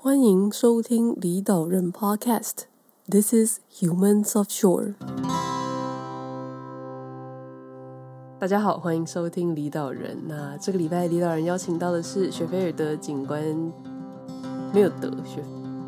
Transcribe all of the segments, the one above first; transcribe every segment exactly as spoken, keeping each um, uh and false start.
欢迎收听离岛人 Podcast。This is Humans Offshore。大家好，欢迎收听离岛人。那这个礼拜离岛人邀请到的是雪菲尔德景观，没有德雪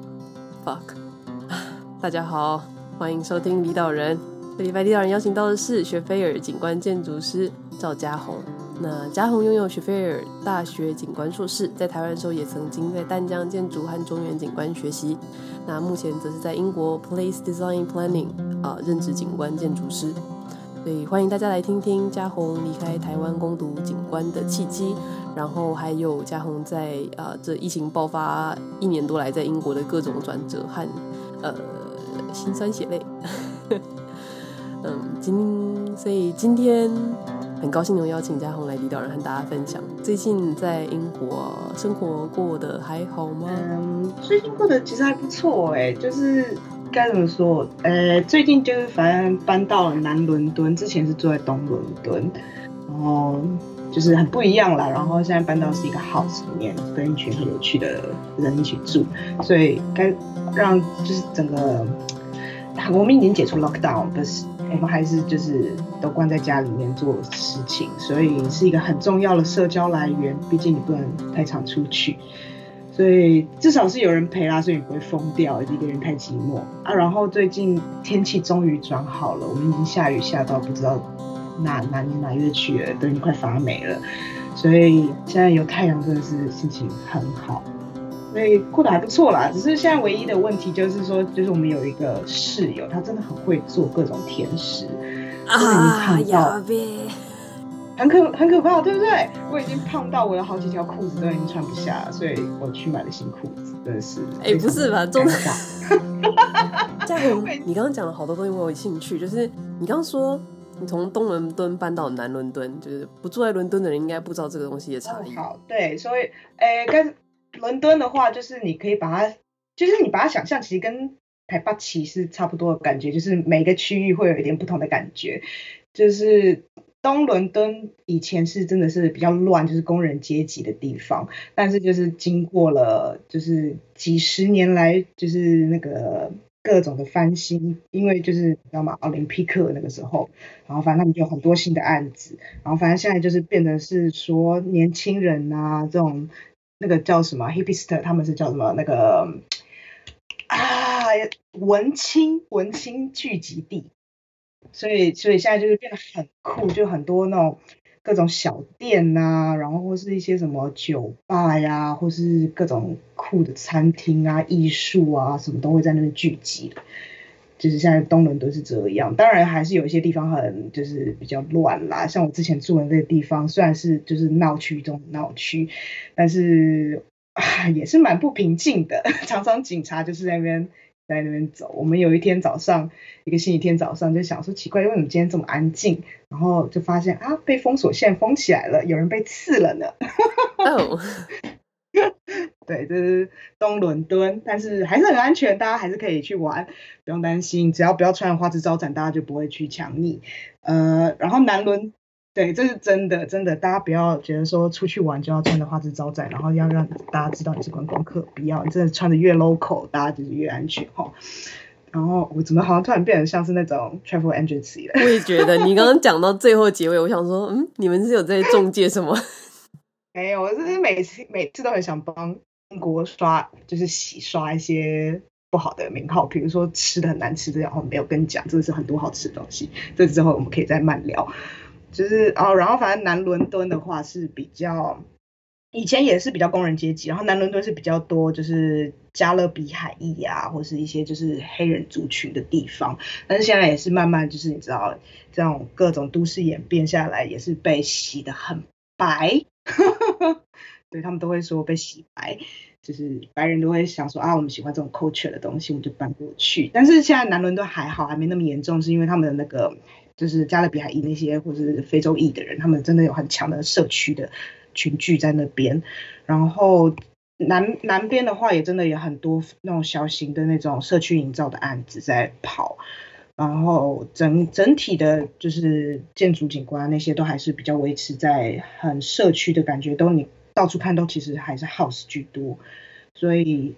fuck。大家好，欢迎收听离岛人。这礼拜离岛人邀请到的是雪菲尔景观建筑师赵嘉宏。那嘉宏拥有雪菲尔大学景观硕士，在台湾的时候也曾经在淡江建筑和中原景观学习。那目前则是在英国 Place Design Planning、呃、任职景观建筑师。所以欢迎大家来听听嘉宏离开台湾攻读景观的契机，然后还有嘉宏在、呃、这疫情爆发一年多来在英国的各种转折和呃辛酸血泪。嗯，今所以今天很高兴能邀请嘉宏来离岛人和大家分享。最近在英国生活过得还好吗？ 嗯，最近过得其实还不错哎，就是该怎么说？呃，最近就是反正搬到了南伦敦，之前是住在东伦敦，然后就是很不一样啦。然后现在搬到是一个 house 里面，跟一群很有趣的人一起住，所以该让就是整个我们已经解除 lockdown， 但是我们还是就是都关在家里面做事情，所以是一个很重要的社交来源。毕竟你不能太常出去，所以至少是有人陪啦，所以你不会疯掉，一个人太寂寞啊。然后最近天气终于转好了，我们已经下雨下到不知道哪哪年哪月去了，都已经快发霉了，所以现在有太阳真的是心情很好。所以过得还不错啦，只是现在唯一的问题就是说，就是我们有一个室友，他真的很会做各种甜食， 啊呀呗， 很可很可怕，对不对？我已经胖到我有好几条裤子都已经穿不下了，所以我去买了新裤子，真的是。 哎、欸，不是吧？重点。嘉宏，你刚刚讲了好多东西，我有兴趣。就是你刚刚说你从东伦敦搬到南伦敦，就是不住在伦敦的人应该不知道这个东西的差异。 哦、好，对，所以，诶，跟伦敦的话，就是你可以把它，就是你把它想象，其实跟台北市是差不多的感觉，就是每个区域会有一点不同的感觉。就是东伦敦以前是真的是比较乱，就是工人阶级的地方，但是就是经过了就是几十年来，就是那个各种的翻新，因为就是你知道吗，奥林匹克那个时候，然后反正他们就有很多新的案子，然后反正现在就是变得是说年轻人啊这种。那个叫什么 hipster， 他们是叫什么那个啊文青文青聚集地，所以所以现在就是变得很酷，就很多那种各种小店啊，然后或是一些什么酒吧呀，或是各种酷的餐厅啊、艺术啊，什么都会在那边聚集。就是现在东伦敦是这样，当然还是有一些地方很就是比较乱啦，像我之前住的那个地方，虽然是就是闹区中的闹区，但是啊也是蛮不平静的，常常警察就是在那边在那边走。我们有一天早上，一个星期天早上就想说奇怪，为什么今天这么安静？然后就发现啊，被封锁线封起来了，有人被刺了呢。 哦。 对，这是东伦敦，但是还是很安全，大家还是可以去玩，不用担心，只要不要穿花枝招展，大家就不会去抢你。呃，然后南伦，对，这是真的，真的，大家不要觉得说出去玩就要穿的花枝招展，然后要让大家知道你是观光客，不要，你真的穿的越 local， 大家就是越安全齁。然后我怎么好像突然变得像是那种 travel agency 了？ 我也觉得，你刚刚讲到最后结尾，我想说，嗯，你们是有在中介什么？ 没有，我是每次每次都很想帮英国刷，就是洗刷一些不好的名号，比如说吃的很难吃的，然后没有跟你讲，这是很多好吃的东西。这之后我们可以再慢聊。就是哦，然后反正南伦敦的话是比较，以前也是比较工人阶级，然后南伦敦是比较多就是加勒比海裔啊，或是一些就是黑人族群的地方。但是现在也是慢慢就是你知道，这种各种都市演变下来，也是被洗得很白。对，他们都会说被洗白，就是白人都会想说啊，我们喜欢这种 culture 的东西，我们就搬过去。但是现在南伦敦还好，还没那么严重，是因为他们的那个就是加勒比海裔那些或是非洲裔的人，他们真的有很强的社区的群聚在那边。然后南南边的话，也真的有很多那种小型的那种社区营造的案子在跑。然后整整体的就是建筑景观那些都还是比较维持在很社区的感觉，都你到处看都其实还是 house 居多，所以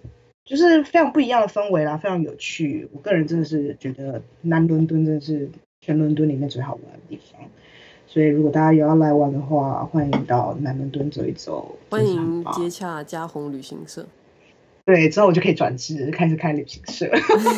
就是非常不一样的氛围啦，非常有趣。我个人真的是觉得南伦敦真的是全伦敦里面最好玩的地方。所以如果大家有要来玩的话，欢迎到南伦敦走一走， 欢迎接洽嘉宏旅行社。 对，之后我就可以转职，开始开旅行社。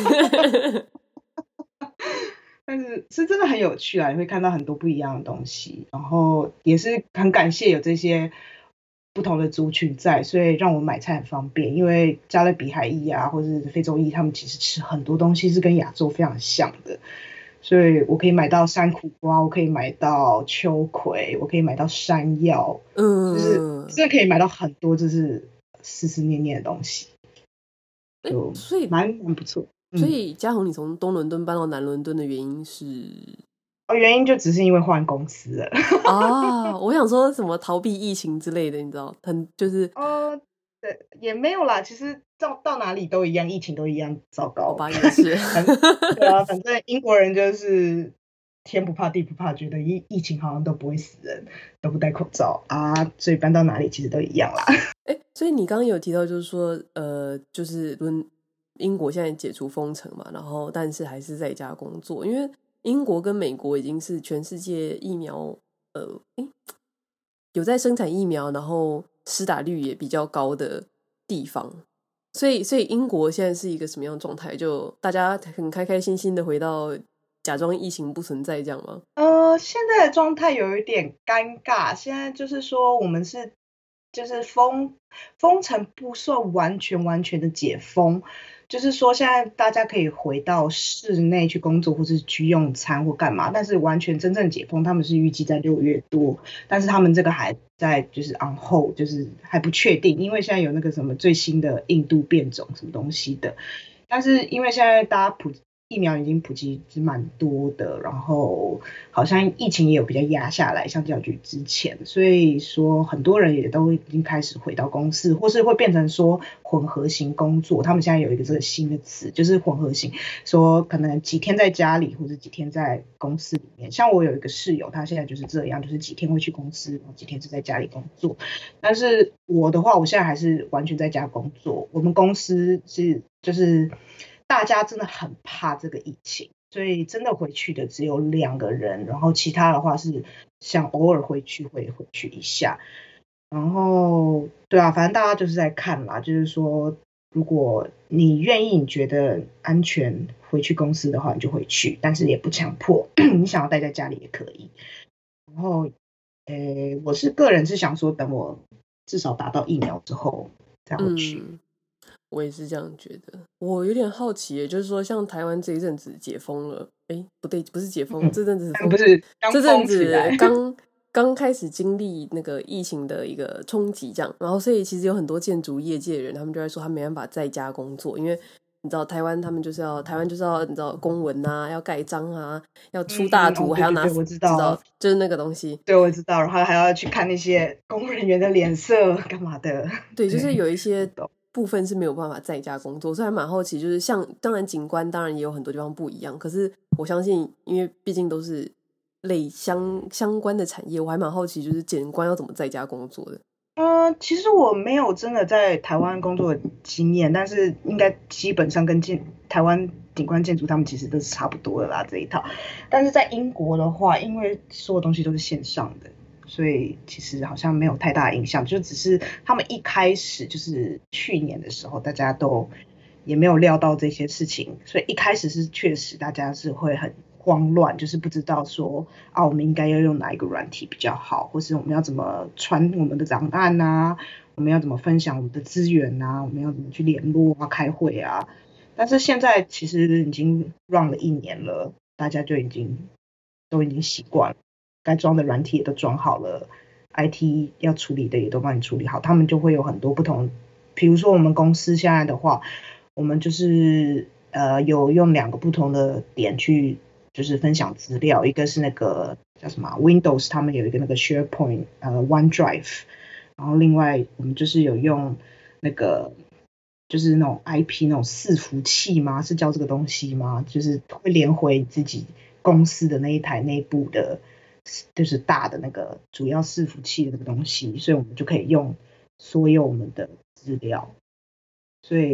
但是是真的很有趣啊，你会看到很多不一样的东西，然后也是很感谢有这些不同的族群在，所以让我买菜很方便。因为加勒比海裔啊，或者是非洲裔，他们其实吃很多东西是跟亚洲非常像的。所以我可以买到山苦瓜，我可以买到秋葵，我可以买到山药，嗯，就是真的可以买到很多就是思思念念的东西，就所以蛮蛮不错。 所以嘉宏，你从东伦敦搬到南伦敦的原因是？ 哦，原因就只是因为换公司了。 啊，我想说什么逃避疫情之类的，你知道，很就是哦，对，也没有啦，其实到到哪里都一样，疫情都一样糟糕。 好吧，也是。 对啊，反正英国人就是天不怕地不怕，觉得疫疫情好像都不会死人，都不戴口罩啊，所以搬到哪里其实都一样啦。 哎，所以你刚刚有提到，就是说，呃，就是伦英国现在解除封城嘛，然后但是还是在家工作，因为英国跟美国已经是全世界疫苗，呃，诶有在生产疫苗，然后施打率也比较高的地方，所以所以英国现在是一个什么样的状态？就大家很开开心心的回到假装疫情不存在这样吗？ 呃，现在的状态有一点尴尬，现在就是说我们是就是封封城不算完全完全的解封。就是说现在大家可以回到室内去工作或是去用餐或干嘛，但是完全真正解封他们是预计在六月多，但是他们这个还在就是 on hold， 就是还不确定，因为现在有那个什么最新的印度变种什么东西的，但是因为现在大家普疫苗已经普及是蛮多的，然后好像疫情也有比较压下来，相较于之前，所以说很多人也都已经开始回到公司，或是会变成说混合型工作。他们现在有一个这个新的词，就是混合型，说可能几天在家里，或者几天在公司里面。像我有一个室友，他现在就是这样，就是几天会去公司，然后几天是在家里工作。但是我的话，我现在还是完全在家工作。我们公司是就是大家真的很怕这个疫情，所以真的回去的只有两个人，然后其他的话是像偶尔回去会回去一下。然后对啊，反正大家就是在看啦，就是说如果你愿意，你觉得安全回去公司的话，你就回去，但是也不强迫，你想要待在家里也可以。然后诶，我是个人是想说，等我至少打到疫苗之后再回去。 嗯，我也是这样觉得。我有点好奇耶，就是说像台湾这一阵子解封了，哎，不对，不是解封， 嗯、 这阵子封不是这阵子刚刚开始经历那个疫情的一个冲击，这样，然后所以其实有很多建筑业界的人，他们就在说他没办法在家工作，因为你知道台湾他们就是要台湾就是要你知道公文啊，要盖章啊，要出大图， 嗯、 还要拿， 对对对我知道， 知道就是那个东西。 对，我知道，然后还要去看那些公务人员的脸色干嘛的。 对，就是有一些部分是没有办法在家工作，所以还蛮好奇，就是像当然景观当然也有很多地方不一样，可是我相信，因为毕竟都是类相相关的产业，我还蛮好奇，就是景观要怎么在家工作的。 呃，其实我没有真的在台湾工作的经验，但是应该基本上跟建台湾景观建筑他们其实都是差不多的啦这一套。但是在英国的话，因为所有东西都是线上的，所以其实好像没有太大的影响，就只是他们一开始就是去年的时候，大家都也没有料到这些事情，所以一开始是确实大家是会很慌乱，就是不知道说啊，我们应该要用哪一个软体比较好，或是我们要怎么传我们的档案啊，我们要怎么分享我们的资源啊，我们要怎么去联络啊、开会啊。但是现在其实已经 run 了一年了，大家就已经都已经习惯了，该装的软体也都装好了， I T 要处理的也都帮你处理好，他们就会有很多不同。比如说我们公司现在的话，我们就是呃有用两个不同的点去就是分享资料，一个是那个叫什么 Windows 他们有一个那个 SharePoint 呃 OneDrive， 然后另外我们就是有用那个就是那种 I P 那种伺服器吗？是叫这个东西吗？就是会连回自己公司的那一台内部的就是大的那个主要伺服器的那个东西，所以我们就可以用所有我们的资料，所以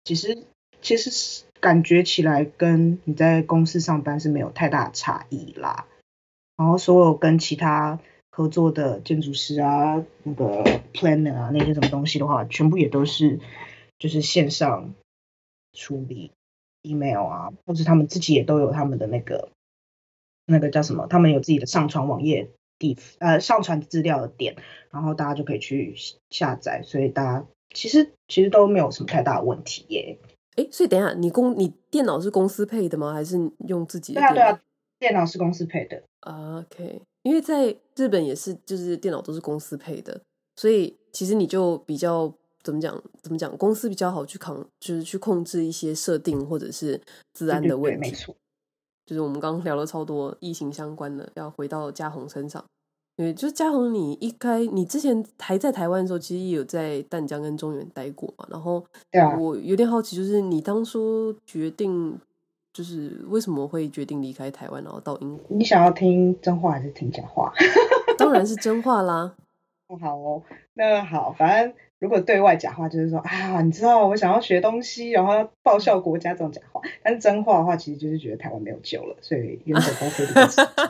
其实其实感觉起来跟你在公司上班是没有太大的差异啦。然后所有跟其他合作的建筑师啊、那个 planner 啊那些什么东西的话，全部也都是就是线上处理 email 啊，或者他们自己也都有他们的那个那个叫什么，他们有自己的上传网页地呃上传资料的点，然后大家就可以去下载，所以大家其实其实都没有什么太大的问题耶。 哎，所以等一下，你公你电脑是公司配的吗？还是用自己的电脑？ 对啊对啊，电脑是公司配的。 啊 OK， 因为在日本也是，就是电脑都是公司配的，所以其实你就比较怎么讲怎么讲，公司比较好去控，就是去控制一些设定或者是治安的问题。 对对对，没错。 就是我们刚刚聊了超多疫情相关的，要回到嘉宏身上。因为就是嘉宏，你一开你之前还在台湾的时候，其实也有在淡江跟中原待过嘛。然后我有点好奇，就是你当初决定，就是为什么会决定离开台湾，然后到英国？ 你想要听真话还是听假话？ 当然是真话啦。 好哦，那好，反正如果对外假话就是说啊，你知道我想要学东西，然后报效国家这种假话，但是真话的话，其实就是觉得台湾没有救了，所以远走高飞这件事情。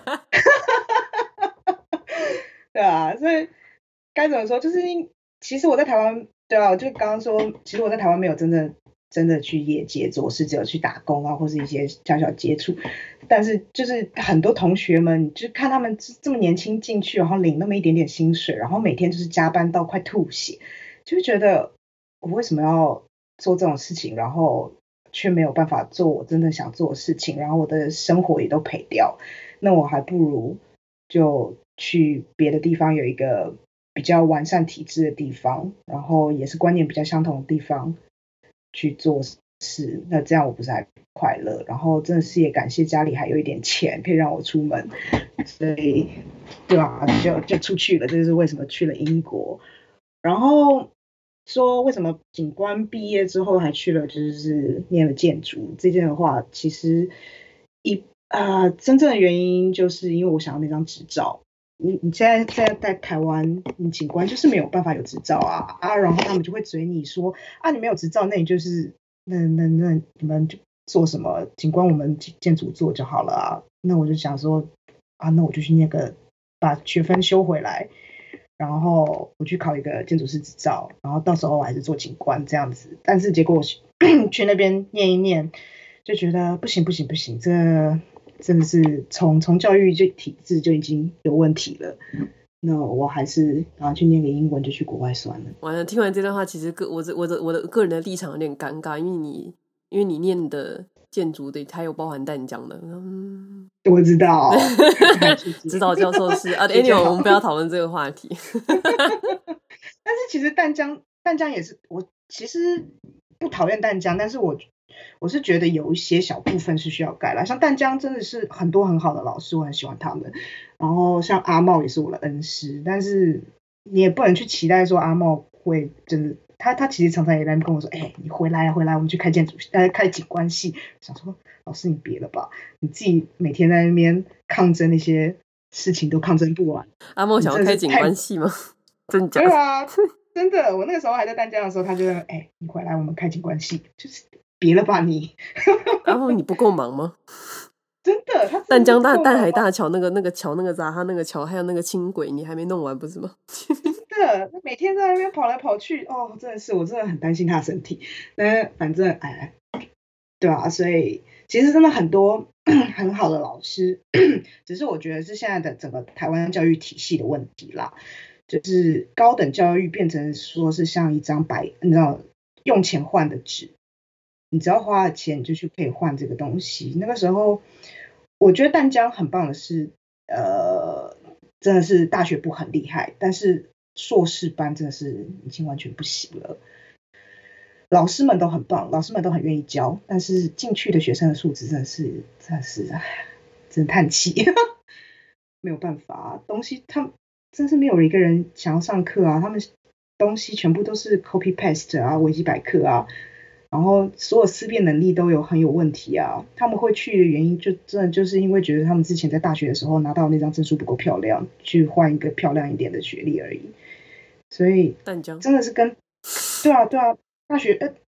对啊，所以该怎么说，就是其实我在台湾，对啊，就刚刚说，其实我在台湾没有真的真的去业界做事，只有去打工啊，或是一些小小接触。但是就是很多同学们，就看他们这么年轻进去，然后领那么一点点薪水，然后每天就是加班到快吐血，就会觉得我为什么要做这种事情，然后却没有办法做我真的想做的事情，然后我的生活也都赔掉，那我还不如就去别的地方有一个比较完善体制的地方，然后也是观念比较相同的地方去做事，那这样我不是还快乐？然后真的是也感谢家里还有一点钱可以让我出门，所以对吧，就就出去了，这就是为什么去了英国。然后说为什么警官毕业之后还去了，就是念了建筑这件的话，其实一啊、呃、真正的原因就是因为我想要那张执照。你你现在在在台湾，你警官就是没有办法有执照啊啊，然后他们就会嘴你说啊，你没有执照，那你就是那那那你们就做什么？警官我们建筑做就好了啊。那我就想说啊，那我就去那个把学分修回来，然后我去考一个建筑师执照，然后到时候我还是做警官这样子。但是结果我去那边念一念，就觉得不行不行不行，这真的是从从教育就体制就已经有问题了。那我还是然后去念个英文，就去国外算了。 完了，听完这段话，其实个我的我的我的个人的立场有点尴尬，因为你因为你念的建筑的，它有包含淡江的。嗯， 我知道， 指导教授是啊。anyway，我们不要讨论这个话题。 但是其实淡江淡江也是我其实不讨厌淡江，但是我我是觉得有一些小部分是需要改啦。像淡江真的是很多很好的老师，我很喜欢他们。然后像阿茂也是我的恩师，但是你也不能去期待说阿茂会真的。他他其实常常也在跟我说，哎、欸，你回来啊，回来，我们去开建筑，呃，开景观系。想说，老师你别了吧，你自己每天在那边抗争那些事情都抗争不完。 阿茂想要开景观系吗？真假？ 对啊，真的，我那个时候还在淡江的时候，他就哎、欸，你回来，我们开景观系，就是别了吧你。 阿茂你不够忙吗？ 真的，他淡江大淡海大桥那个那个桥那个闸哈那个桥还有那个轻轨，你还没弄完不是吗？ 真的，每天在那边跑来跑去，哦，真的是，我真的很担心他的身体。但反正哎，对啊，所以其实真的很多很好的老师，只是我觉得是现在的整个台湾教育体系的问题啦，就是高等教育变成说是像一张白，你知道用钱换的纸。你只要花了钱，你就去可以换这个东西。那个时候，我觉得淡江很棒的是，呃，真的是大学部很厉害，但是硕士班真的是已经完全不行了。老师们都很棒，老师们都很愿意教，但是进去的学生的素质真的是，真的是，唉，真的叹气，没有办法，东西他们真是没有一个人想要上课啊，他们东西全部都是 copy paste 啊，维基百科啊。然后所有思辨能力都有很有问题啊！他们会去的原因，就真的就是因为觉得他们之前在大学的时候拿到那张证书不够漂亮，去换一个漂亮一点的学历而已。所以， 淡江真的是跟对啊对啊，大学呃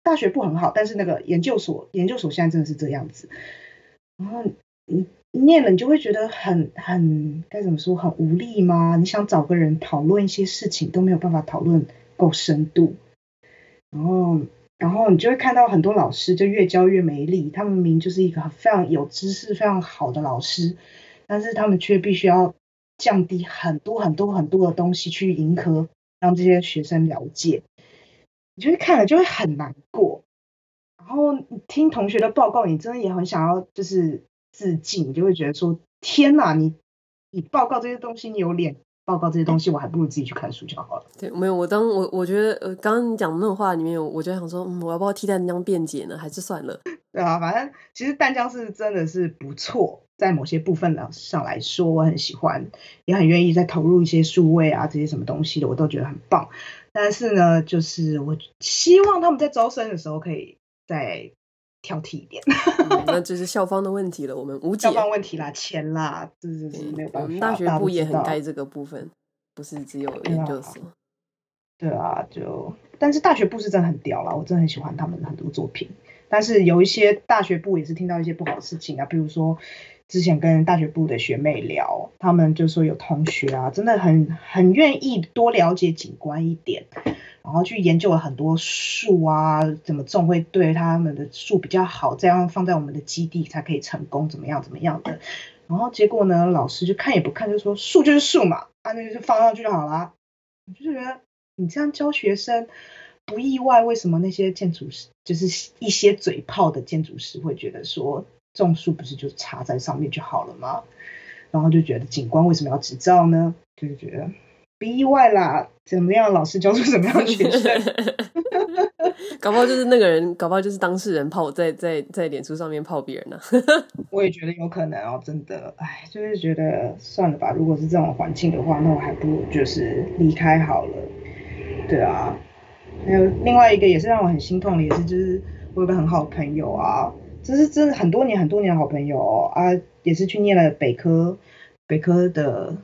大学部很好，但是那个研究所研究所现在真的是这样子，然后你念了你就会觉得很很该怎么说很无力吗？你想找个人讨论一些事情都没有办法讨论够深度，然后然后你就会看到很多老师就越教越没力，他们明明就是一个非常有知识非常好的老师，但是他们却必须要降低很多很多很多的东西去迎合让这些学生了解，你就会看了就会很难过。然后你听同学的报告，你真的也很想要就是自尽，你就会觉得说天哪，你你报告这些东西，你有脸报告这些东西，我还不如自己去看书就好了。 对，没有，我当我我觉得呃，刚刚你讲的那种话里面，我就想说，嗯，我要不要替淡江辩解呢？还是算了。 对啊，反正其实淡江是真的是不错，在某些部分上来说，我很喜欢，也很愿意再投入一些数位啊这些什么东西的，我都觉得很棒。但是呢，就是我希望他们在招生的时候可以再挑剔一点。 嗯、那就是校方的问题了，我们无解。 校方问题啦，钱啦，这是没有办法。 我们大学部也很该这个部分，不是只有研究所。 对啊，就但是大学部是真的很屌啦，我真的很喜欢他们很多作品。但是有一些大学部也是听到一些不好的事情啊，比如说之前跟大学部的学妹聊，他们就说有同学啊，真的很很愿意多了解景观一点，然后去研究了很多树啊，怎么种会对他们的树比较好，这样放在我们的基地才可以成功，怎么样怎么样的。然后结果呢，老师就看也不看，就说树就是树嘛，啊那就放上去就好啦。我就觉得你这样教学生。不意外，为什么那些建筑师，就是一些嘴炮的建筑师会觉得说，种树不是就插在上面就好了吗？然后就觉得景观为什么要执照呢？就是觉得不意外啦，怎么样老师教出什么样的学生？ 搞不好就是那个人，搞不好就是当事人泡在在在脸书上面泡别人呢、啊。 我也觉得有可能哦，真的，哎，就是觉得算了吧。如果是这种环境的话，那我还不如就是离开好了。对啊。还有另外一个也是让我很心痛的，也是就是我有个很好的朋友啊，这是真的很多年很多年的好朋友哦啊，也是去念了北科北科的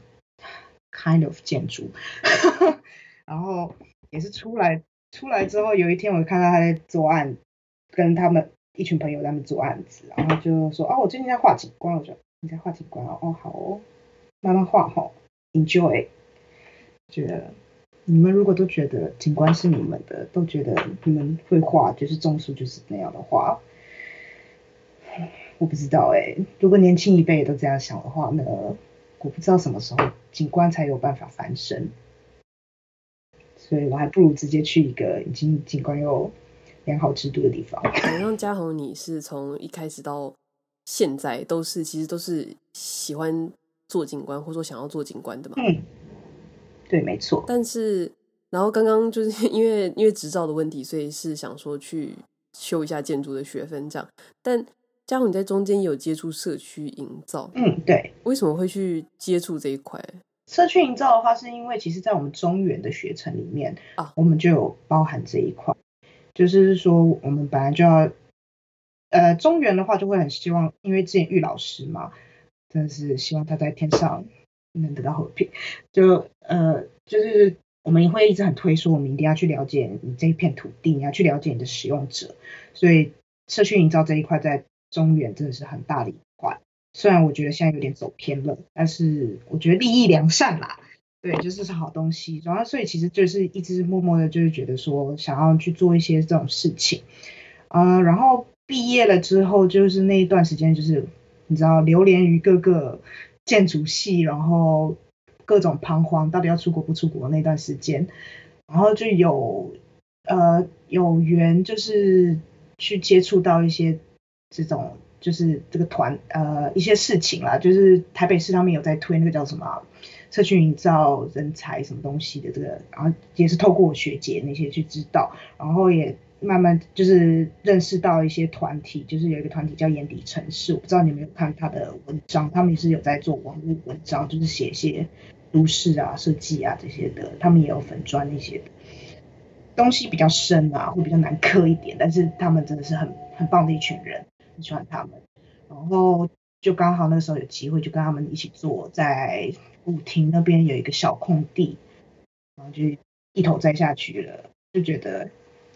kind of 建筑，然后也是出来出来之后，有一天我看到他在做案，跟他们一群朋友在那边做案子，然后就说哦，我最近在画景观，我就你在画景观哦，哦好哦，慢慢画哈 ，enjoy， 觉得。你们如果都觉得景观是你们的，都觉得你们会画，就是种树就是那样的话，我不知道哎、欸。如果年轻一辈都这样想的话呢，我不知道什么时候景观才有办法翻身。所以我还不如直接去一个已经景观有良好制度的地方。 好像嘉宏你是从一开始到现在都是其实都是喜欢做景观，或者说想要做景观的嘛？ 嗯。对，没错。 但是，然后刚刚就是因为因为执照的问题，所以是想说去修一下建筑的学分这样。但嘉宏你在中间有接触社区营造， 嗯，对。 为什么会去接触这一块？ 社区营造的话，是因为其实在我们中原的学程里面啊，我们就有包含这一块，就是说我们本来就要，呃，中原的话就会很希望，因为之前玉老师嘛，真的是希望他在天上。能得到和平，就呃，就是我们会一直很推说，我们一定要去了解你这一片土地，你要去了解你的使用者，所以社区营造这一块在中原真的是很大的一块。虽然我觉得现在有点走偏了，但是我觉得利益良善啦，对，就是是好东西。然后所以其实就是一直默默的，就是觉得说想要去做一些这种事情，呃，然后毕业了之后，就是那一段时间，就是你知道流连于各个。建筑系，然后各种彷徨，到底要出国不出国那段时间，然后就有呃有缘就是去接触到一些这种就是这个团呃一些事情啦，就是台北市他们有在推那个叫什么社区营造人才什么东西的这个，然后也是透过我学姐那些去知道，然后也。慢慢就是认识到一些团体，就是有一个团体叫眼底城市，我不知道你有没有看他的文章，他们也是有在做网络文章，就是写一些都市啊、设计啊这些的，他们也有粉专那些的东西比较深啊，会比较难刻一点，但是他们真的是很很棒的一群人，很喜欢他们，然后就刚好那时候有机会就跟他们一起做，在古亭那边有一个小空地，然后就一头栽下去了，就觉得。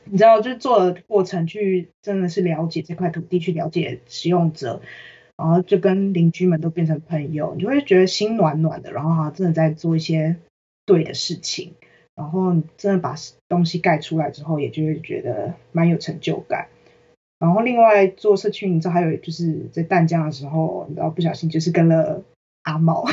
你知道，就做的过程去真的是了解这块土地，去了解使用者，然后就跟邻居们都变成朋友，你就会觉得心暖暖的，然后好像真的在做一些对的事情，然后你真的把东西盖出来之后，也就会觉得蛮有成就感。然后另外做社区，你知道还有就是在淡江的时候，你知道不小心就是跟了阿茂，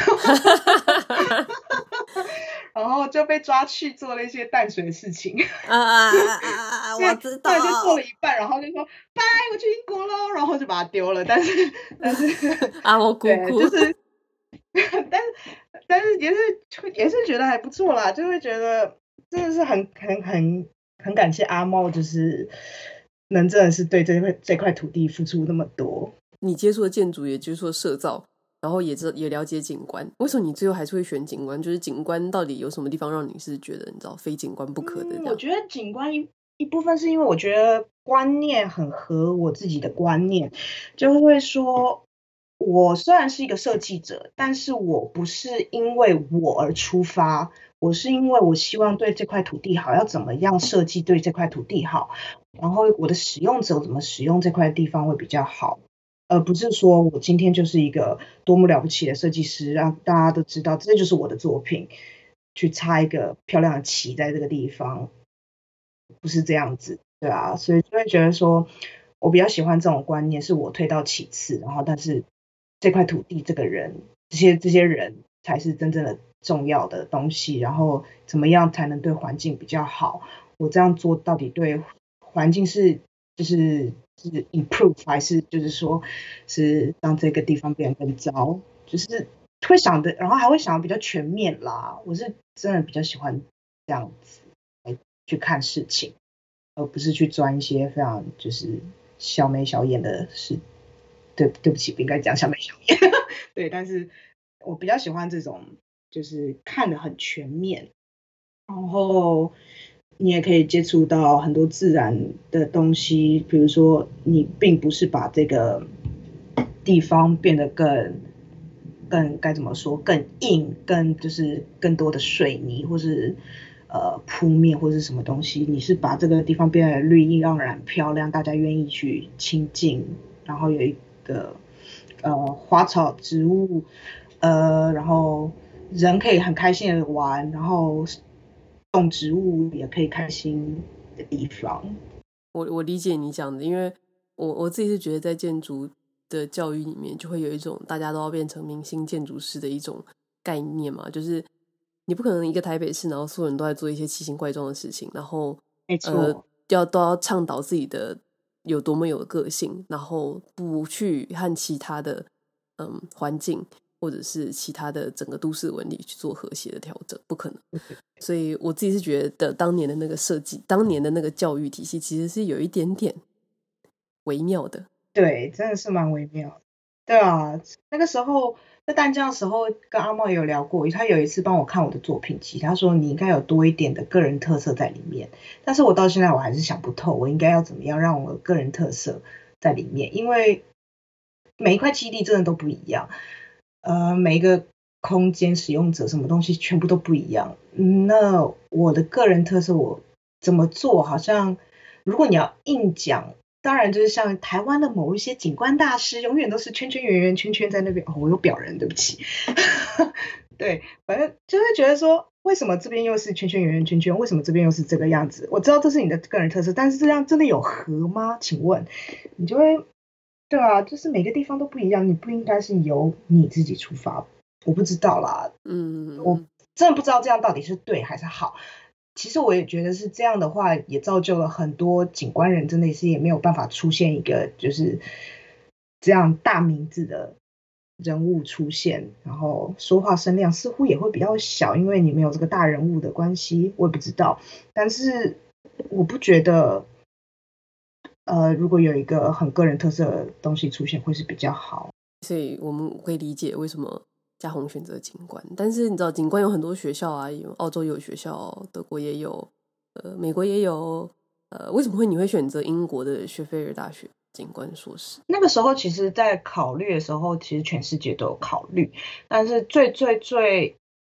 然后就被抓去做了一些淡水的事情。 啊啊啊啊啊！我知道， 对，就做了一半，然后就说拜，我去英国喽，然后就把它丢了。但是但是阿茂姑姑， 对，就是，但是但是也是也是觉得还不错啦，就会觉得真的是很很很很感谢阿茂，就是能真的是对这块这块土地付出那么多。 你接触的建筑，也接触的社造，然后也知也了解景观，为什么你最后还是会选景观？就是景观到底有什么地方让你是觉得你知道非景观不可的这样？ 嗯，我觉得景观一一部分是因为我觉得观念很合我自己的观念，就会说，我虽然是一个设计者，但是我不是因为我而出发，我是因为我希望对这块土地好，要怎么样设计对这块土地好，然后我的使用者怎么使用这块地方会比较好。而不是说我今天就是一个多么了不起的设计师，让大家都知道这就是我的作品，去插一个漂亮的旗在这个地方，不是这样子，对啊，所以就会觉得说，我比较喜欢这种观念，是我推到其次，然后但是这块土地、这个人、这些这些人才是真正的重要的东西，然后怎么样才能对环境比较好？我这样做到底对环境是就是是 improve 还是就是说是让这个地方变得更糟？就是会想的，然后还会想的比较全面啦。我是真的比较喜欢这样子来去看事情，而不是去钻一些非常就是小眉小眼的事。对，对不起，不应该讲小眉小眼。对，但是我比较喜欢这种，就是看得很全面，然后你也可以接触到很多自然的东西，比如说你并不是把这个地方变得更更该怎么说更硬，更就是更多的水泥或是呃铺面或是什么东西，你是把这个地方变得绿意盎然漂亮，大家愿意去亲近，然后有一个呃花草植物，呃然后人可以很开心的玩，然后动植物也可以开心的地方。 我我理解你讲的，因为我我自己是觉得在建筑的教育里面，就会有一种大家都要变成明星建筑师的一种概念嘛，就是你不可能一个台北市，然后所有人都在做一些奇形怪状的事情，然后没错， 呃要都要倡导自己的有多么有个性，然后不去和其他的嗯环境或者是其他的整个都市纹理去做和谐的调整，不可能。所以我自己是觉得当年的那个设计，当年的那个教育体系其实是有一点点微妙的。 对，真的是蛮微妙的。对啊，那个时候在淡江的时候，跟阿茂也有聊过，他有一次帮我看我的作品集，他说你应该有多一点的个人特色在里面。但是我到现在我还是想不透，我应该要怎么样让我的个人特色在里面，因为每一块基地真的都不一样，呃，每一个空间使用者什么东西全部都不一样。那我的个人特色我怎么做？好像如果你要硬讲。当然，就是像台湾的某一些景观大师，永远都是圈圈圆圆圈圈在那边。哦，我有表人，对不起。对，反正就会觉得说，为什么这边又是圈圈圆圆圈圈？为什么这边又是这个样子？我知道这是你的个人特色，但是这样真的有合吗？请问，你就会，对啊，就是每个地方都不一样，你不应该是由你自己出发。我不知道啦， 嗯， 我真的不知道这样到底是对还是好。其实我也觉得是这样的话，也造就了很多景观人，真的是也没有办法出现一个就是这样大名字的人物出现，然后说话声量似乎也会比较小，因为你没有这个大人物的关系，我也不知道。但是我不觉得，呃，如果有一个很个人特色的东西出现，会是比较好。 所以我们可以理解为什么嘉宏选择景观，但是你知道景观有很多学校啊，有澳洲有学校，德国也有，呃，美国也有，呃，为什么会你会选择英国的雪菲尔大学景观硕士？ 那个时候其实在考虑的时候，其实全世界都有考虑，但是最最最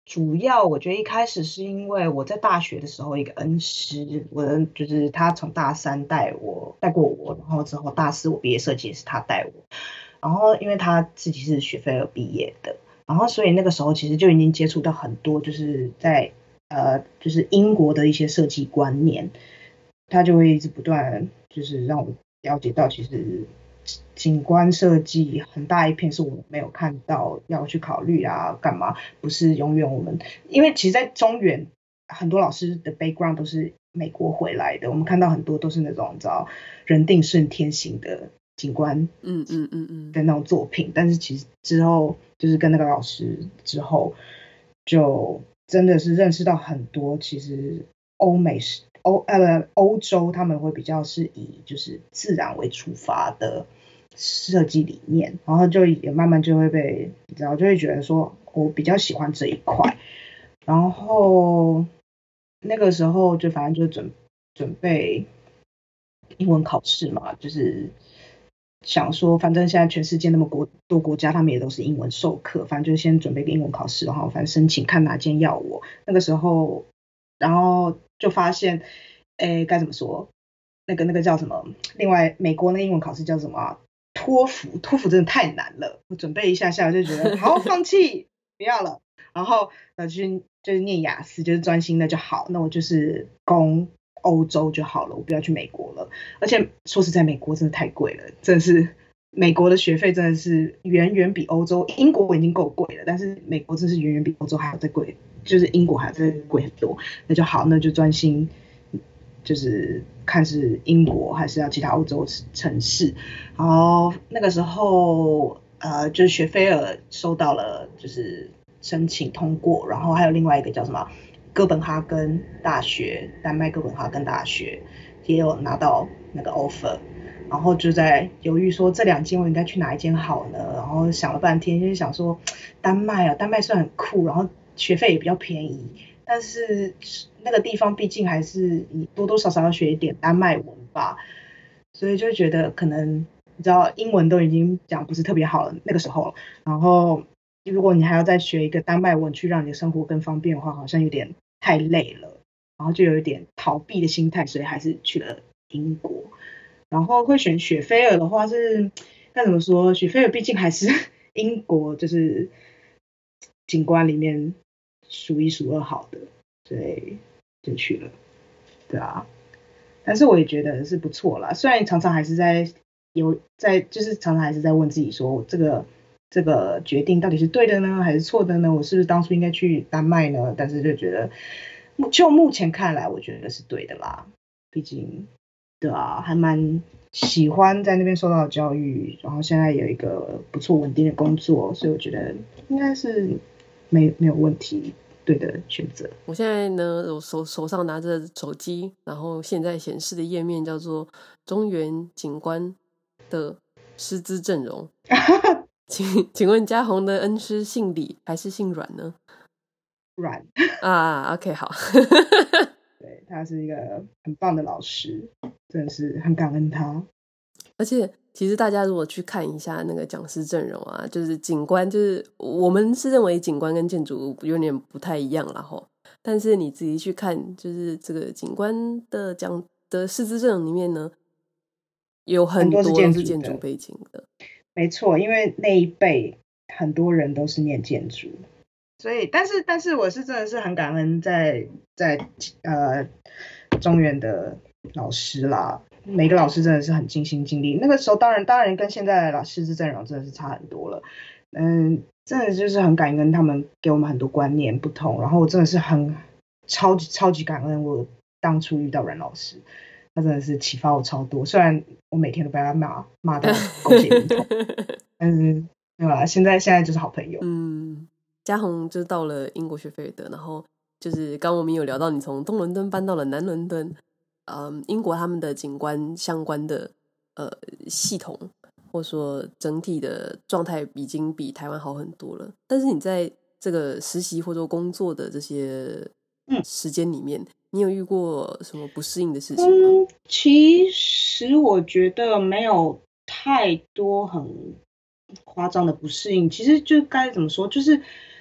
主要我觉得一开始是因为我在大学的时候一个恩师，我的就是他从大三带我带过我，然后之后大四我毕业设计也是他带我，然后因为他自己是学菲尔毕业的，然后所以那个时候其实就已经接触到很多就是在呃就是英国的一些设计观念，他就会一直不断就是让我了解到其实景观设计很大一片是我们没有看到要去考虑啊干嘛，不是永远我们因为其实在中原很多老师的 background 都是美国回来的，我们看到很多都是那种你知道人定胜天行的景观嗯嗯嗯嗯的那种作品，但是其实之后就是跟那个老师之后就真的是认识到很多其实欧美是欧呃欧洲他们会比较是以就是自然为出发的设计理念，然后就也慢慢就会被你知道就会觉得说我比较喜欢这一块，然后那个时候就反正就准准备英文考试嘛，就是想说反正现在全世界那么国多国家他们也都是英文授课，反正就先准备个英文考试，然后反正申请看哪间要我，那个时候然后就发现诶该怎么说那个那个叫什么，另外美国那个英文考试叫什么啊托福，托福真的太难了，我准备一下下就觉得好放弃不要了，然后呃去就是念雅思，就是专心的就好，那我就是攻欧洲就好了，我不要去美国了。而且说实在，美国真的太贵了，真的是美国的学费真的是远远比欧洲，英国已经够贵了，但是美国真是远远比欧洲还要再贵，就是英国还要再贵很多。那就好，那就专心就是看是英国还是要其他欧洲城市。然后那个时候呃，就是学菲尔收到了就是申请通过，然后还有另外一个叫什么哥本哈根大学，丹麦哥本哈根大学也有拿到那个 offer， 然后就在犹豫说这两间我应该去哪一间好呢？然后想了半天，就是想说丹麦啊，丹麦虽然很酷，然后学费也比较便宜，但是那个地方毕竟还是你多多少少要学一点丹麦文吧，所以就觉得可能你知道英文都已经讲不是特别好了那个时候，然后如果你还要再学一个丹麦文去让你的生活更方便的话，好像有点太累了，然后就有一点逃避的心态，所以还是去了英国。然后会选雪菲尔的话是该怎么说？雪菲尔毕竟还是英国就是景观里面数一数二好的，所以就去了。对啊，但是我也觉得是不错啦。虽然常常还是在有在，就是常常还是在问自己说，这个这个决定到底是对的呢，还是错的呢？我是不是当初应该去丹麦呢？但是就觉得，就目前看来，我觉得是对的啦。毕竟，对啊，还蛮喜欢在那边受到的教育，然后现在有一个不错稳定的工作，所以我觉得应该是没没有问题。对的选择。 我现在呢，我手手上拿着手机，然后现在显示的页面叫做中原景观的师资阵容。请请问嘉宏的恩师姓李还是姓阮呢？ 阮啊 ，OK， 好。 对，他是一个很棒的老师，真的是很感恩他。 而且其实大家如果去看一下那个讲师阵容啊，就是景观，就是我们是认为景观跟建筑有点不太一样啦吼，但是你自己去看，就是这个景观的讲的师资阵容里面呢，有很多都是建筑背景的。 没错，因为那一辈很多人都是念建筑，所以但是但是我是真的是很感恩在在呃中原的老师啦，每个老师真的是很尽心尽力。那个时候当然当然跟现在的老师资阵容真的是差很多了，嗯，真的就是很感恩他们给我们很多观念不同，然后我真的是很超级超级感恩我当初遇到阮老师。他真的是启发我超多，虽然我每天都被他骂骂到狗血淋头，但是对吧？现在现在就是好朋友。 嗯，嘉宏就到了英国学菲尔德，然后就是刚我们有聊到你从东伦敦搬到了南伦敦，嗯，英国他们的景观相关的呃系统，或者说整体的状态已经比台湾好很多了。但是你在这个实习或者工作的这些时间里面，嗯，你有遇过什么不适应的事情吗？ 嗯，其实我觉得没有太多很夸张的不适应，其实就该怎么说，就是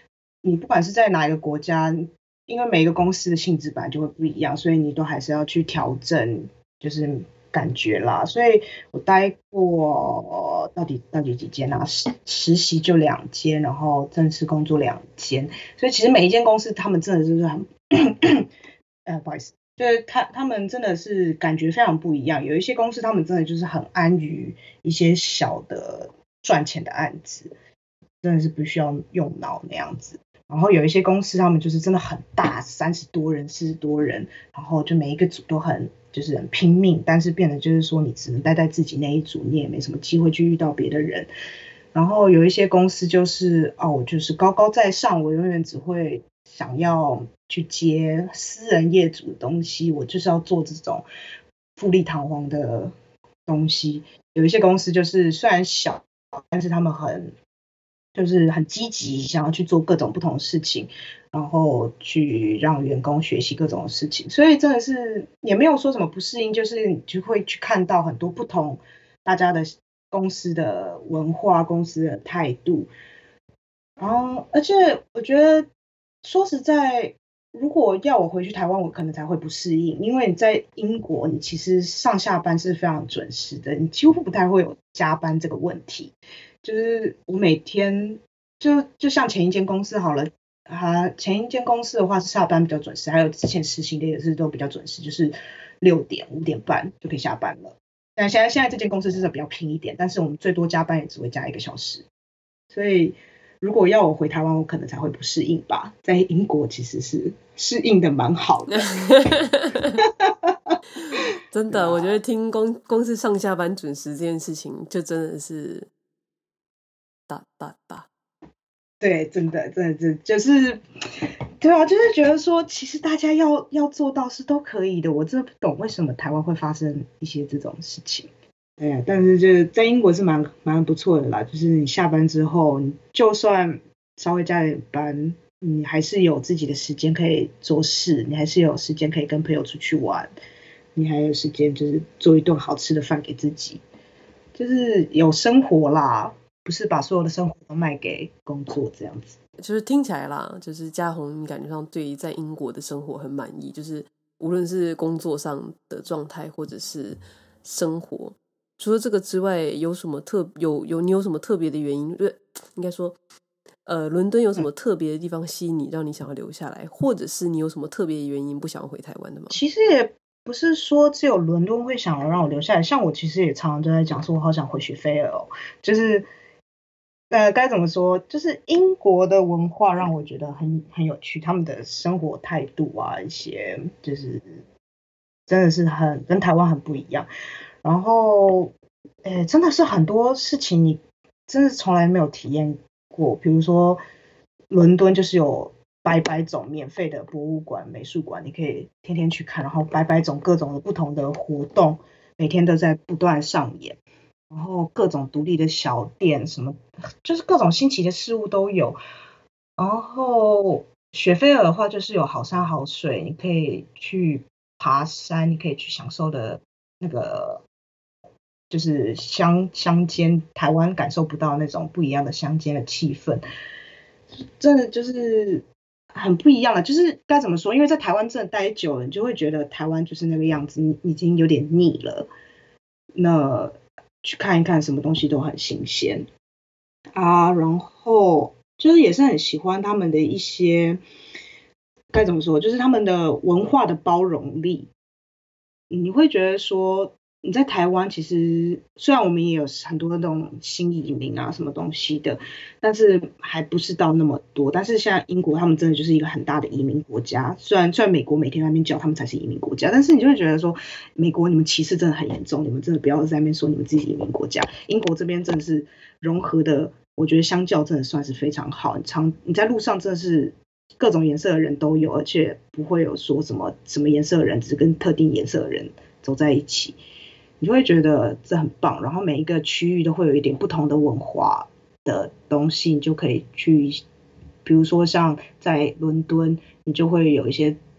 你不管是在哪一个国家，因为每个公司的性质本来就会不一样，所以你都还是要去调整，就是感觉啦。所以我待过到底到底几间啊？实实习就两间，然后正式工作两间。所以其实每一间公司他们真的就是很，呃，不好意思，就是他他们真的是感觉非常不一样。有一些公司他们真的就是很安于一些小的赚钱的案子，真的是不需要用脑那样子。然后有一些公司他们就是真的很大，三十多人、四十多人，然后就每一个组都很就是很拼命，但是变得就是说你只能待在自己那一组，你也没什么机会去遇到别的人。然后有一些公司就是哦，我就是高高在上，我永远只会想要去接私人业主的东西，我就是要做这种富丽堂皇的东西。有一些公司就是虽然小，但是他们很就是很积极，想要去做各种不同的事情，然后去让员工学习各种事情。所以真的是也没有说什么不适应，就是你就会去看到很多不同大家的公司的文化、公司的态度。然后，而且我觉得说实在，如果要我回去台湾，我可能才会不适应，因为你在英国，你其实上下班是非常准时的，你几乎不太会有加班这个问题。就是我每天就就像前一间公司好了，啊，前一间公司的话是下班比较准时，还有之前实习的也是都比较准时，就是六点五点半就可以下班了。但现在现在这间公司是比较拼一点，但是我们最多加班也只会加一个小时，所以如果要我回台湾，我可能才会不适应吧。在英国其实是适应的蛮好的。 真的，我觉得听公公司上下班准时这件事情，就真的是大大大。 对，真的，真的，就是对啊，就是觉得说，其实大家要要做到是都可以的。我真的不懂为什么台湾会发生一些这种事情。对啊，但是就是在英国是蛮蛮不错的啦，就是你下班之后，你就算稍微加点班，你还是有自己的时间可以做事，你还是有时间可以跟朋友出去玩，你还有时间就是做一顿好吃的饭给自己，就是有生活啦，不是把所有的生活都卖给工作这样子。 就是听起来啦，就是嘉宏感觉上对在英国的生活很满意，就是无论是工作上的状态或者是生活。除了这个之外，有什么特有有你有什么特别的原因？应该说，呃，伦敦有什么特别的地方吸引你，让你想要留下来，或者是你有什么特别的原因不想要回台湾的吗？ 其实也不是说只有伦敦会想要让我留下来，像我其实也常常都在讲说，我好想回雪菲尔哦，就是呃该怎么说，就是英国的文化让我觉得很很有趣，他们的生活态度啊，一些就是真的是很跟台湾很不一样。然后，诶，真的是很多事情你真的从来没有体验过，比如说伦敦就是有百百种免费的博物馆、美术馆，你可以天天去看，然后百百种各种的不同的活动，每天都在不断上演，然后各种独立的小店，什么就是各种新奇的事物都有。然后雪菲尔的话就是有好山好水，你可以去爬山，你可以去享受的那个。就是乡乡间，台湾感受不到那种不一样的乡间的气氛，真的就是很不一样了。就是该怎么说？因为在台湾真的待久了，你就会觉得台湾就是那个样子，你已经有点腻了。那去看一看，什么东西都很新鲜啊。然后就是也是很喜欢他们的一些该怎么说，就是他们的文化的包容力。你会觉得说。你在台湾其实虽然我们也有很多那种新移民啊什么东西的，但是还不是到那么多。但是像英国他们真的就是一个很大的移民国家，虽然虽然美国每天在那边叫他们才是移民国家，但是你就会觉得说美国你们歧视真的很严重，你们真的不要在那边说你们自己移民国家。英国这边真的是融合的，我觉得相较真的算是非常好。你常你在路上真的是各种颜色的人都有，而且不会有说什么什么颜色的人只跟特定颜色的人走在一起。你就会觉得这很棒，然后每一个区域都会有一点不同的文化的东西，你就可以去，比如说像在伦敦，你就会有一些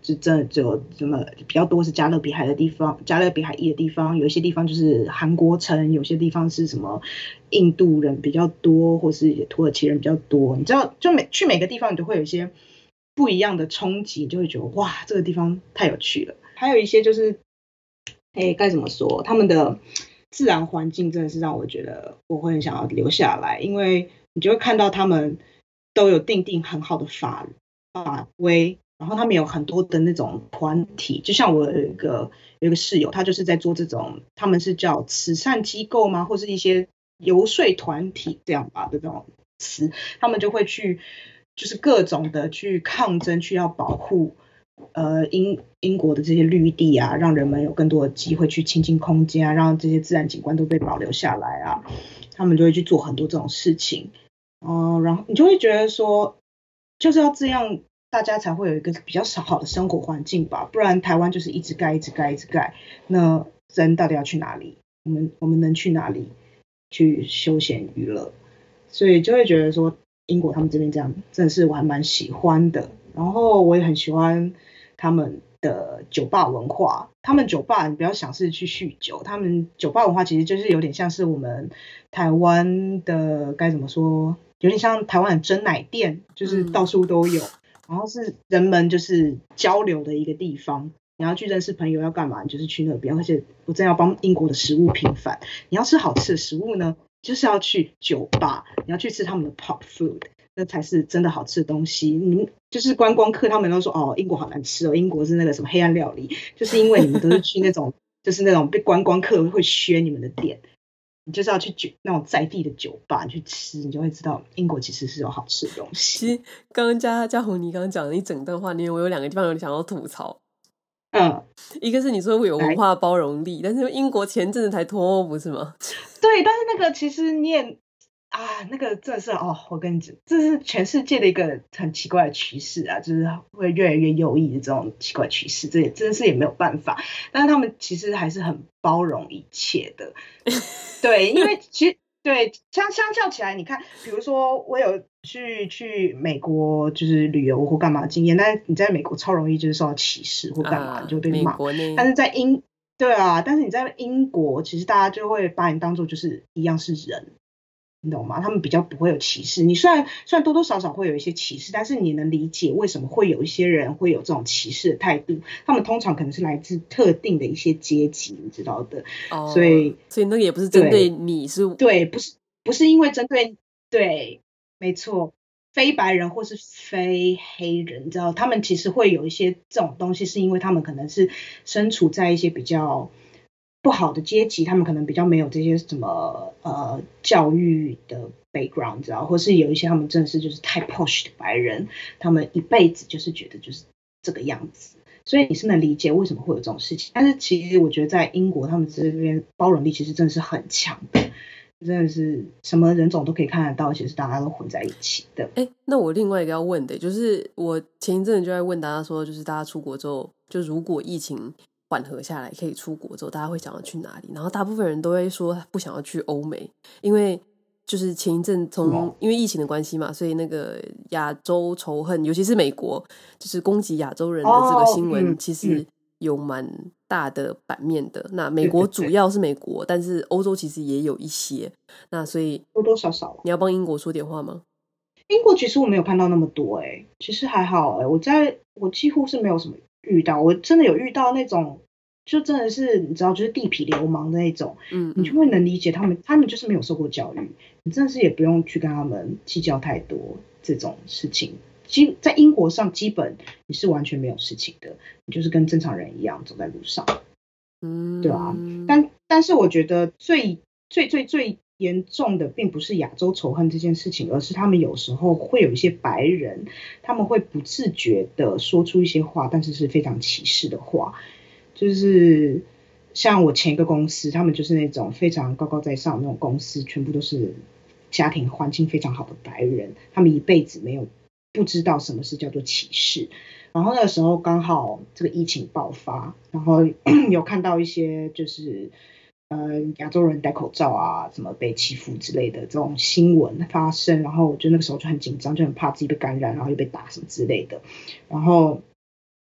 就真的只有什么比较多是加勒比海的地方，加勒比海裔的地方，有一些地方就是韩国城，有些地方是什么印度人比较多，或是土耳其人比较多。你知道，就每去每个地方，你都会有一些不一样的冲击，就会觉得哇，这个地方太有趣了。还有一些就是，哎，该怎么说，他们的自然环境真的是让我觉得我会很想要留下来，因为你就会看到他们都有定定很好的法法规。然后他们有很多的那种团体，就像我有一个有一个室友，他就是在做这种，他们是叫慈善机构吗，或是一些游说团体这样吧的这种词，他们就会去就是各种的去抗争，去要保护呃英英国的这些绿地啊，让人们有更多的机会去亲近空间啊，让这些自然景观都被保留下来啊，他们就会去做很多这种事情，嗯、呃，然后你就会觉得说就是要这样。大家才会有一个比较好的生活环境吧，不然台湾就是一直盖一直盖一直盖，那人到底要去哪里？我们我们能去哪里去休闲娱乐？所以就会觉得说英国他们这边这样真的是我还蛮喜欢的，然后我也很喜欢他们的酒吧文化。他们酒吧你不要想是去酗酒，他们酒吧文化其实就是有点像是我们台湾的该怎么说，有点像台湾的珍奶店，就是到处都有。嗯，然后是人们就是交流的一个地方，你要去认识朋友要干嘛，你就是去那边。而且我真的要帮英国的食物平反，你要吃好吃的食物呢，就是要去酒吧，你要去吃他们的 pop food， 那才是真的好吃的东西。你们就是观光客，他们都说哦，英国好难吃哦，英国是那个什么黑暗料理，就是因为你们都是去那种就是那种被观光客会削你们的店。你就是要去酒那种在地的酒吧去吃，你就会知道英国其实是有好吃的东西。 其实刚刚嘉嘉宏你刚刚讲的一整段话里面，我有两个地方有想要吐槽。 嗯， 一个是你说会有文化包容力，但是英国前阵子才脱欧不是吗？ 对，但是那个其实你也啊，那个真的是哦，我跟你讲，这是全世界的一个很奇怪的趋势啊，就是会越来越右翼的这种奇怪趋势，这也真的是也没有办法。但是他们其实还是很包容一切的，对，因为其实对相相较起来，你看，比如说我有去去美国就是旅游或干嘛的经验，但是你在美国超容易就是受到歧视或干嘛， 啊、 你就被骂。 美国呢？ 但是在英对啊，但是你在英国，其实大家就会把你当做就是一样是人。你懂吗？他们比较不会有歧视。你虽然虽然多多少少会有一些歧视，但是你能理解为什么会有一些人会有这种歧视的态度。他们通常可能是来自特定的一些阶级，你知道的。哦，所以所以那个也不是针对你是对，不是不是因为针对对，没错，非白人或是非黑人，你知道，他们其实会有一些这种东西，是因为他们可能是身处在一些比较不好的阶级，他们可能比较没有这些什么呃教育的 background， 知道，或是有一些他们真的是就是太 posh 的白人，他们一辈子就是觉得就是这个样子，所以你是能理解为什么会有这种事情。但是其实我觉得在英国，他们这边包容力其实真的是很强的，真的是什么人种都可以看得到，而且是大家都混在一起的。 哎，那我另外一个要问的，就是我前一阵子就在问大家说，就是大家出国之后，就如果疫情缓和下来可以出国之后，大家会想要去哪里？然后大部分人都会说不想要去欧美，因为就是前一阵从因为疫情的关系嘛，所以那个亚洲仇恨，尤其是美国，就是攻击亚洲人的这个新闻，其实有蛮大的版面的。那美国主要是美国，但是欧洲其实也有一些。那所以多多少少， 你要帮英国说点话吗？ 英国其实我没有看到那么多、欸，哎，其实还好、欸，哎，我在我几乎是没有什么遇到，我真的有遇到那种。就真的是你知道，就是地痞流氓的那种，嗯，你就会能理解他们，他们就是没有受过教育，你真的是也不用去跟他们计较太多这种事情。基在英国上，基本你是完全没有事情的，你就是跟正常人一样走在路上，嗯，对啊。但但是我觉得最最最最严重的，并不是亚洲仇恨这件事情，而是他们有时候会有一些白人，他们会不自觉的说出一些话，但是是非常歧视的话。就是像我前一个公司，他们就是那种非常高高在上的那种公司，全部都是家庭环境非常好的白人，他们一辈子没有不知道什么是叫做歧视。然后那个时候刚好这个疫情爆发，然后有看到一些就是呃亚洲人戴口罩啊，什么被欺负之类的这种新闻发生，然后我就那个时候就很紧张，就很怕自己被感染，然后又被打什么之类的，然后。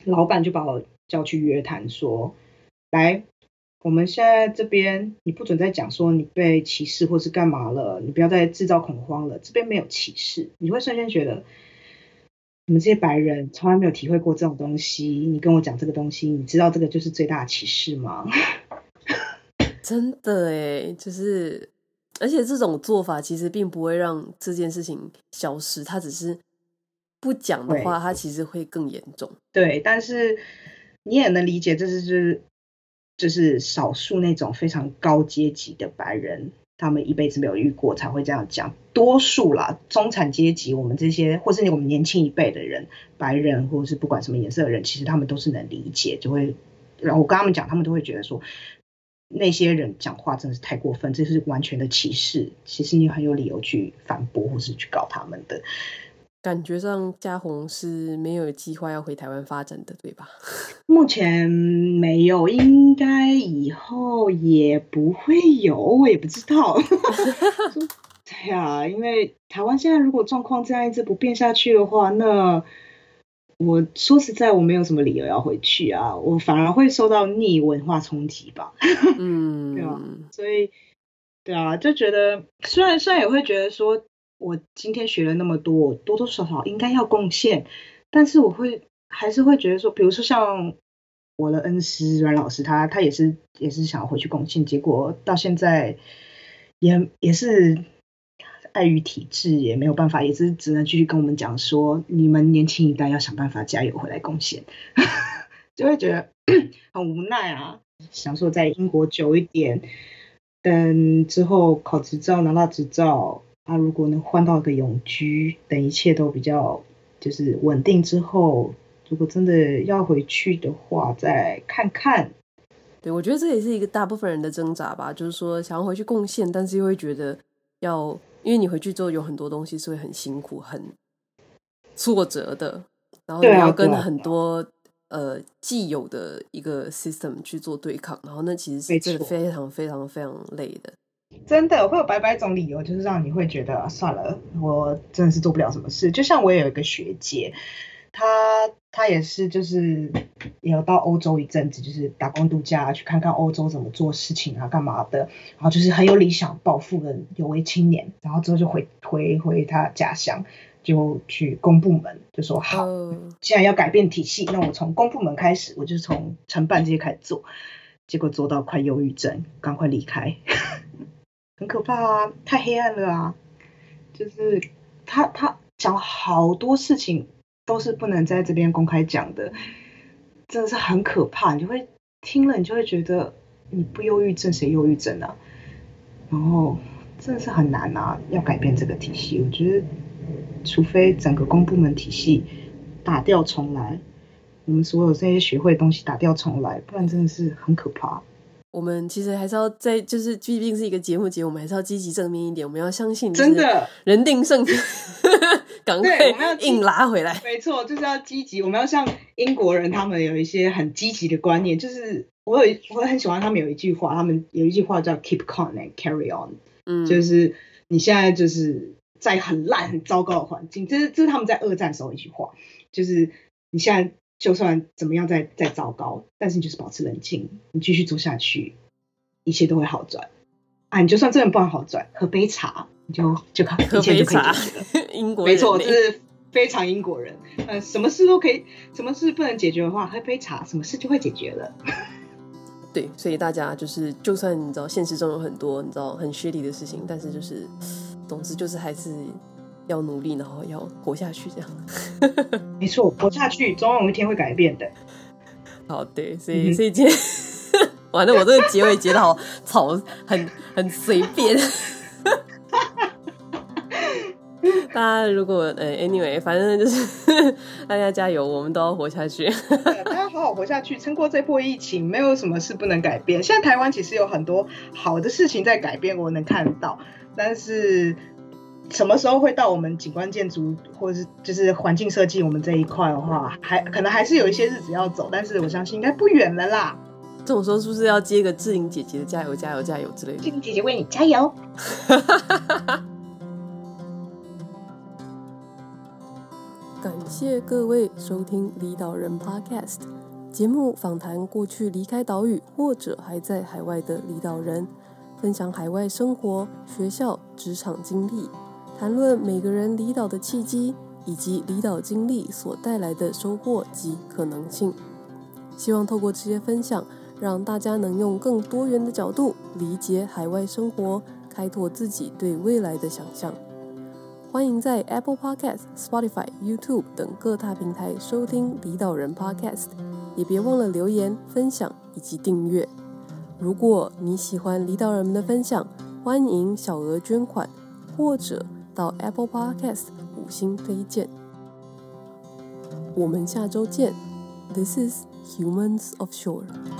老板就把我叫去约谈说，来，我们现在这边你不准再讲说你被歧视或是干嘛了，你不要再制造恐慌了，这边没有歧视。你会瞬间觉得你们这些白人从来没有体会过这种东西，你跟我讲这个东西，你知道这个就是最大的歧视吗？ 真的耶，就是而且这种做法其实并不会让这件事情消失，它只是不讲的话它其实会更严重。 对，但是你也能理解这是就是就是少数那种非常高阶级的白人，他们一辈子没有遇过才会这样讲。多数啦，中产阶级，我们这些或是我们年轻一辈的人，白人或是不管什么颜色的人，其实他们都是能理解，就会然后我跟他们讲，他们都会觉得说那些人讲话真的是太过分，这是完全的歧视，其实你很有理由去反驳或是去告他们的。 感觉上嘉宏是没有计划要回台湾发展的，对吧？ 目前没有，应该以后也不会有，我也不知道。对啊，因为台湾现在如果状况这样一直不变下去的话，那我说实在我没有什么理由要回去啊，我反而会受到逆文化冲击吧。嗯，对啊，所以对啊，就觉得虽然虽然也会觉得说我今天学了那么多，我多多少少应该要贡献，但是我会还是会觉得说，比如说像我的恩师阮老师，他他也是也是想要回去贡献，结果到现在也也是碍于体制也没有办法，也是只能继续跟我们讲说，你们年轻一代要想办法加油回来贡献，就会觉得很无奈啊。想说在英国久一点，等之后考执照拿到执照，啊，如果能换到一个永居，等一切都比较就是稳定之后，如果真的要回去的话，再看看。 对，我觉得这也是一个大部分人的挣扎吧，就是说想要回去贡献，但是又会觉得要，因为你回去之后有很多东西是会很辛苦、很挫折的，然后你要跟很多、啊啊、呃既有的一个 system 去做对抗，然后那其实是真的非常非常非常累的。 真的会有百百种理由，就是让你会觉得、啊、算了，我真的是做不了什么事。就像我也有一个学姐，她她也是就是也有到欧洲一阵子，就是打工度假，去看看欧洲怎么做事情啊，干嘛的。然后就是很有理想抱负的有为青年，然后之后就回回回他家乡，就去公部门，就说好，既然要改变体系，那我从公部门开始，我就从承办这些开始做。结果做到快忧郁症，赶快离开。很可怕啊，太黑暗了啊！就是他他讲好多事情都是不能在这边公开讲的，真的是很可怕。你就会听了，你就会觉得你不忧郁症谁忧郁症啊？然后真的是很难啊，要改变这个体系，我觉得除非整个公部门体系打掉重来，我们所有这些学会的东西打掉重来，不然真的是很可怕。 我们其实还是要在，就是毕竟是一个节目节，我们还是要积极正面一点。我们要相信， 真的人定胜天，赶快硬拉回来。 没错，就是要积极。我们要像英国人，他们有一些很积极的观念。就是我有我很喜欢他们有一句话，他们有一句话叫 "keep calm and carry on"，嗯，就是你现在就是在很烂、很糟糕的环境，这是这是他们在二战时候一句话，就是你现在。就算怎么样再再糟糕，但是你就是保持冷静，你继续做下去，一切都会好转啊！你就算真的不好转，喝杯茶，你就就一切就可以解决了。 英国人没错，这是非常英国人。呃，什么事都可以，什么事不能解决的话，喝杯茶，什么事就会解决了。 对，所以大家就是，就算你知道现实中有很多你知道很虚理的事情，但是就是，总之就是还是。要努力，然后要活下去，这样。 没错，活下去，总有一天会改变的。 好，对，所以、嗯、所以今天，完了，我这个结尾结得好草，很很随便。大家如果呃 ，anyway， 反正就是大家加油，我们都要活下去。 大家好好活下去，撑过这波疫情，没有什么事不能改变。现在台湾其实有很多好的事情在改变，我能看到，但是。什么时候会到我们景观建筑或者是就是环境设计我们这一块的话，还可能还是有一些日子要走，但是我相信应该不远了啦。 这种时候是不是要接个志玲姐姐的加油加油加油之类的？ 志玲姐姐为你加油。 感谢各位收听离岛人 Podcast 节目，访谈过去离开岛屿或者还在海外的离岛人，分享海外生活、学校、职场经历，谈论每个人离岛的契机，以及离岛经历所带来的收获及可能性。希望透过这些分享，让大家能用更多元的角度理解海外生活，开拓自己对未来的想象。欢迎在 Apple Podcast、Spotify、YouTube 等各大平台收听离岛人 Podcast， 也别忘了留言、分享以及订阅。如果你喜欢离岛人们的分享，欢迎小额捐款，或者到 Apple Podcast 五星推荐。我们下周见。This is Humans of Shore.